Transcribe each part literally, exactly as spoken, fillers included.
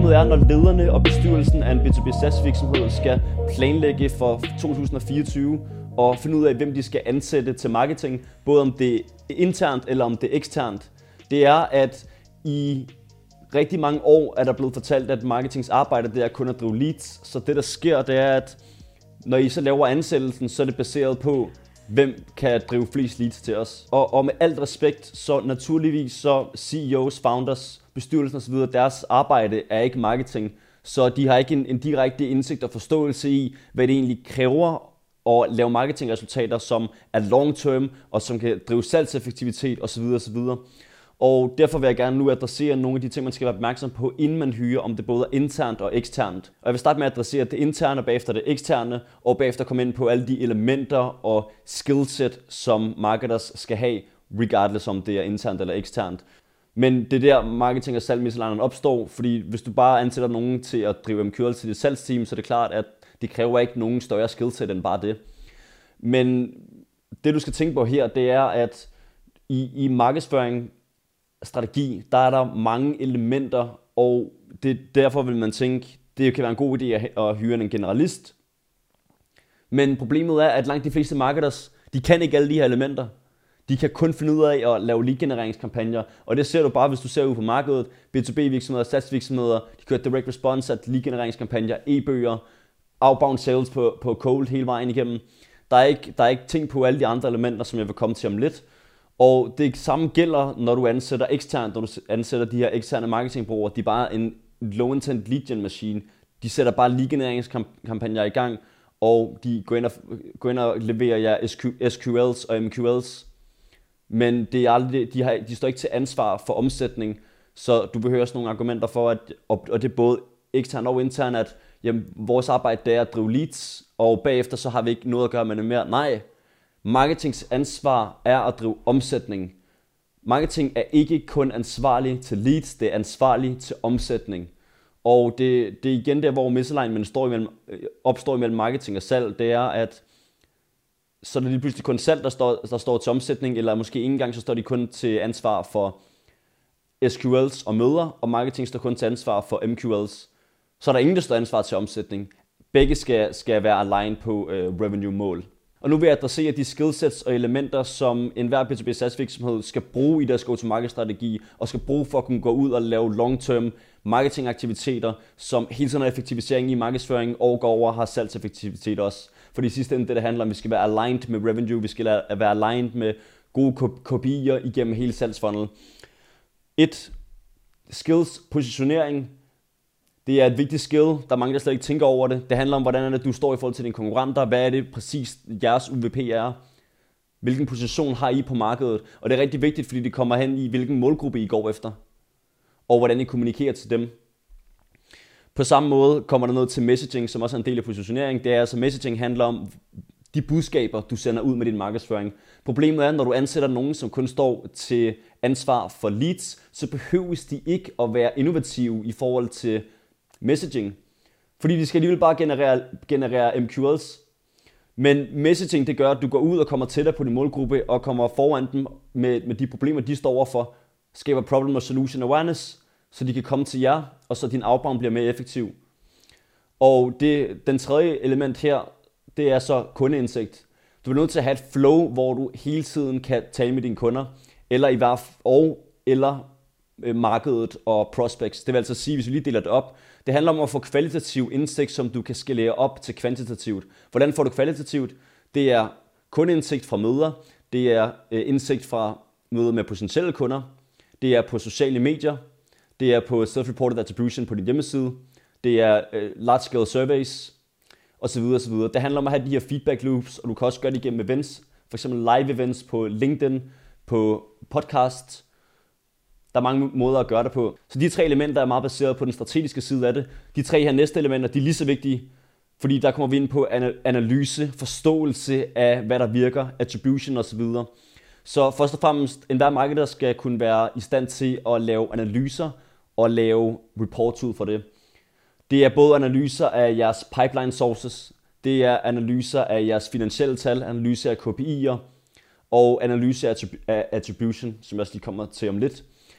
problemet er, når lederne og bestyrelsen af en B to B SaaS virksomhed skal planlægge for to tusind fireogtyve og finde ud af, hvem de skal ansætte til marketing, både om det er internt eller om det er eksternt. Det er, at i rigtig mange år er der blevet fortalt, at marketings arbejde det er kun at drive leads. Så det der sker, det er, at når I så laver ansættelsen, så er det baseret på, hvem kan drive flest leads til os. Og, og med alt respekt, så naturligvis så C E Os, founders, bestyrelsen osv., deres arbejde er ikke marketing. Så de har ikke en, en direkte indsigt og forståelse i, hvad det egentlig kræver at lave marketingresultater, som er long term og som kan drive salgseffektivitet osv. osv. Og derfor vil jeg gerne nu adressere nogle af de ting, man skal være opmærksom på, inden man hyrer, om det både er internt og eksternt. Og jeg vil starte med at adressere det interne, og bagefter det eksterne, og bagefter komme ind på alle de elementer og skillset, som marketers skal have, regardless om det er internt eller eksternt. Men det er der, marketing og salg opstår, fordi hvis du bare ansætter nogen til at drive M Q L til dit salgsteam, så er det klart, at det kræver ikke nogen større skillset end bare det. Men det du skal tænke på her, det er, at i, i markedsføring, strategi, der er der mange elementer, og det, derfor vil man tænke, det kan være en god idé at, at hyre en generalist. Men problemet er, at langt de fleste marketers, de kan ikke alle de her elementer. De kan kun finde ud af at lave lead-genereringskampagner, og det ser du bare, hvis du ser ud på markedet. B to B virksomheder, SaaS virksomheder, de kører direct response, at lead-genereringskampagner, e-bøger, outbound sales på, på cold hele vejen igennem. Der er, ikke, der er ikke ting på alle de andre elementer, som jeg vil komme til om lidt. Og det samme gælder, når du ansætter eksternt, når du ansætter de her eksterne marketingbrugere. De er bare en low-intent lead gen machine. De sætter bare lead-genereringskampagner i gang, og de går ind og, går ind og leverer jer S Q Ls og M Q Ls. Men det er aldrig, de, har, de står ikke til ansvar for omsætning, så du behøver sådan nogle argumenter for, at, og det er både eksternt og internt, at jamen, vores arbejde det er at drive leads, og bagefter så har vi ikke noget at gøre med det mere. Nej. Marketings ansvar er at drive omsætning. Marketing er ikke kun ansvarlig til leads, det er ansvarlig til omsætning. Og det, det er igen der, hvor misalignment står imellem, opstår imellem marketing og salg. Det er, at så er det lige pludselig kun salg, der står, der står til omsætning, eller måske ikke engang, så står de kun til ansvar for S Q Ls og møder, og marketing står kun til ansvar for M Q Ls. Så er der ingen, der står ansvar til omsætning. Begge skal, skal være aligned på uh, revenue-mål. Og nu vil jeg adressere de skillsets og elementer, som enhver B to B SaaS virksomhed skal bruge i deres go-to-market-strategi, og skal bruge for at kunne gå ud og lave long-term marketingaktiviteter, som hele tiden har effektivisering i markedsføring, og går over og har salgseffektivitet også. For i sidste ende det, det handler om, at vi skal være aligned med revenue, vi skal være aligned med gode kopier igennem hele salgsfunnel. Et, skills, positionering. Det er et vigtigt skill. Der er mange, der slet ikke tænker over det. Det handler om, hvordan er det, du står i forhold til dine konkurrenter. Hvad er det præcis, jeres U V P er? Hvilken position har I på markedet? Og det er rigtig vigtigt, fordi det kommer hen i, hvilken målgruppe I går efter. Og hvordan I kommunikerer til dem. På samme måde kommer der noget til messaging, som også er en del af positionering. Det er altså, messaging handler om de budskaber, du sender ud med din markedsføring. Problemet er, når du ansætter nogen, som kun står til ansvar for leads, så behøves de ikke at være innovative i forhold til messaging. Fordi de skal alligevel bare generere, generere M Q Ls. Men messaging, det gør, at du går ud og kommer tættere på din målgruppe, og kommer foran dem med, med de problemer, de står overfor. Skaber problem og solution awareness, så de kan komme til jer, og så din outbound bliver mere effektiv. Og det, den tredje element her, det er så kundeindsigt. Du er nødt til at have et flow, hvor du hele tiden kan tale med dine kunder, eller i hvert fald, og, eller markedet og prospects. Det vil altså sige, hvis vi lige deler det op, det handler om at få kvalitativ indsigt, som du kan skalere op til kvantitativt. Hvordan får du kvalitativt? Det er kundeindsigt fra møder, det er indsigt fra møder med potentielle kunder, det er på sociale medier, det er på self-reported attribution på din hjemmeside, det er large scale surveys, osv. osv. Det handler om at have de her feedback loops, og du kan også gøre det igennem events, for eksempel live events på LinkedIn, på podcast. Der er mange måder at gøre det på. Så de tre elementer er meget baseret på den strategiske side af det. De tre her næste elementer, de er lige så vigtige, fordi der kommer vi ind på analyse, forståelse af, hvad der virker, attribution osv. Så først og fremmest, enhver marketer skal kunne være i stand til at lave analyser og lave reports ud for det. Det er både analyser af jeres pipeline sources, det er analyser af jeres finansielle tal, analyser af K P I'er og analyser af attribution, som jeg også lige kommer til om lidt.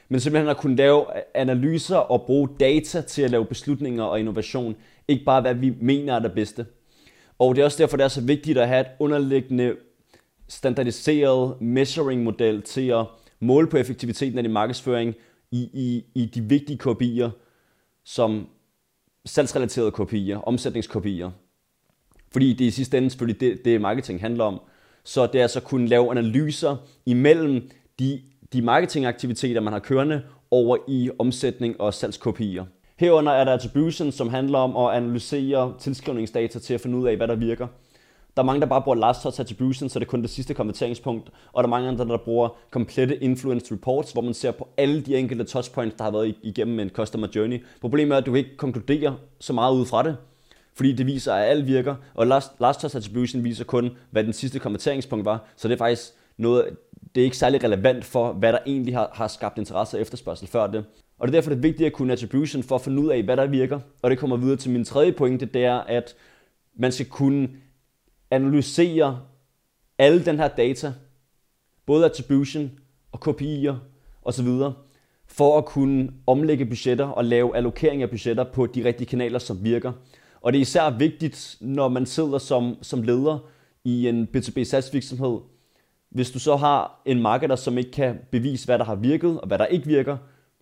men simpelthen at kunne lave analyser og bruge data til at lave beslutninger og innovation. Ikke bare hvad vi mener er det bedste. Og det er også derfor, det er så vigtigt at have et underliggende standardiseret measuring-model til at måle på effektiviteten af din markedsføring i, i, i de vigtige K P I'er, som salgsrelaterede K P I'er, omsætnings-K P I'er. Fordi det er i sidste ende selvfølgelig det, det marketing handler om. Så det er altså at kunne lave analyser imellem de, de marketingaktiviteter, man har kørende, over i omsætning og salgs-K P I'er. Herunder er der attribution, som handler om at analysere tilskrivningsdata til at finde ud af, hvad der virker. Der er mange, der bare bruger last touch attribution, så det er kun det sidste konverteringspunkt. Og der er mange andre, der bruger komplette influence reports, hvor man ser på alle de enkelte touchpoints, der har været igennem en customer journey. Problemet er, at du ikke konkluderer så meget ud fra det, fordi det viser, at alt virker. Og last, last touch attribution viser kun, hvad den sidste konverteringspunkt var. Så det er faktisk noget, det er ikke særlig relevant for, hvad der egentlig har, har skabt interesse og efterspørgsel før det. Og det er derfor det er vigtigt at kunne attribution for at finde ud af, hvad der virker. Og det kommer videre til min tredje pointe, det er, at man skal kunne analysere alle den her data, både attribution og K P I'er osv., for at kunne omlægge budgetter og lave allokering af budgetter på de rigtige kanaler, som virker. Og det er især vigtigt, når man sidder som, som leder i en B to B SaaS virksomhed. Hvis du så har en marketer, som ikke kan bevise, hvad der har virket og hvad der ikke virker,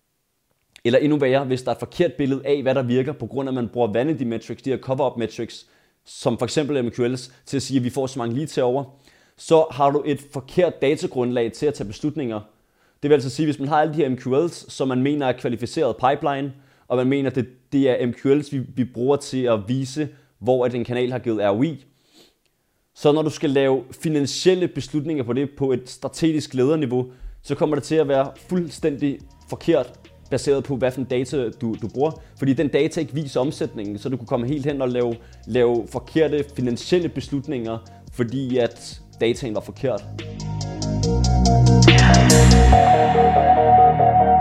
eller endnu værre, hvis der er et forkert billede af, hvad der virker, på grund af, at man bruger vanity metrics, de her cover-up metrics, som for eksempel M Q Ls, til at sige, at vi får så mange leads herover, så har du et forkert datagrundlag til at tage beslutninger. Det vil altså sige, hvis man har alle de her M Q Ls, som man mener er kvalificeret pipeline, og man mener, at det, det er M Q Ls, vi, vi bruger til at vise, hvor at en kanal har givet R O I, så når du skal lave finansielle beslutninger på det på et strategisk lederniveau, så kommer det til at være fuldstændig forkert, baseret på, hvad for en data du, du bruger. Fordi den data ikke viser omsætningen, så du kan komme helt hen og lave, lave forkerte finansielle beslutninger, fordi at dataen var forkert.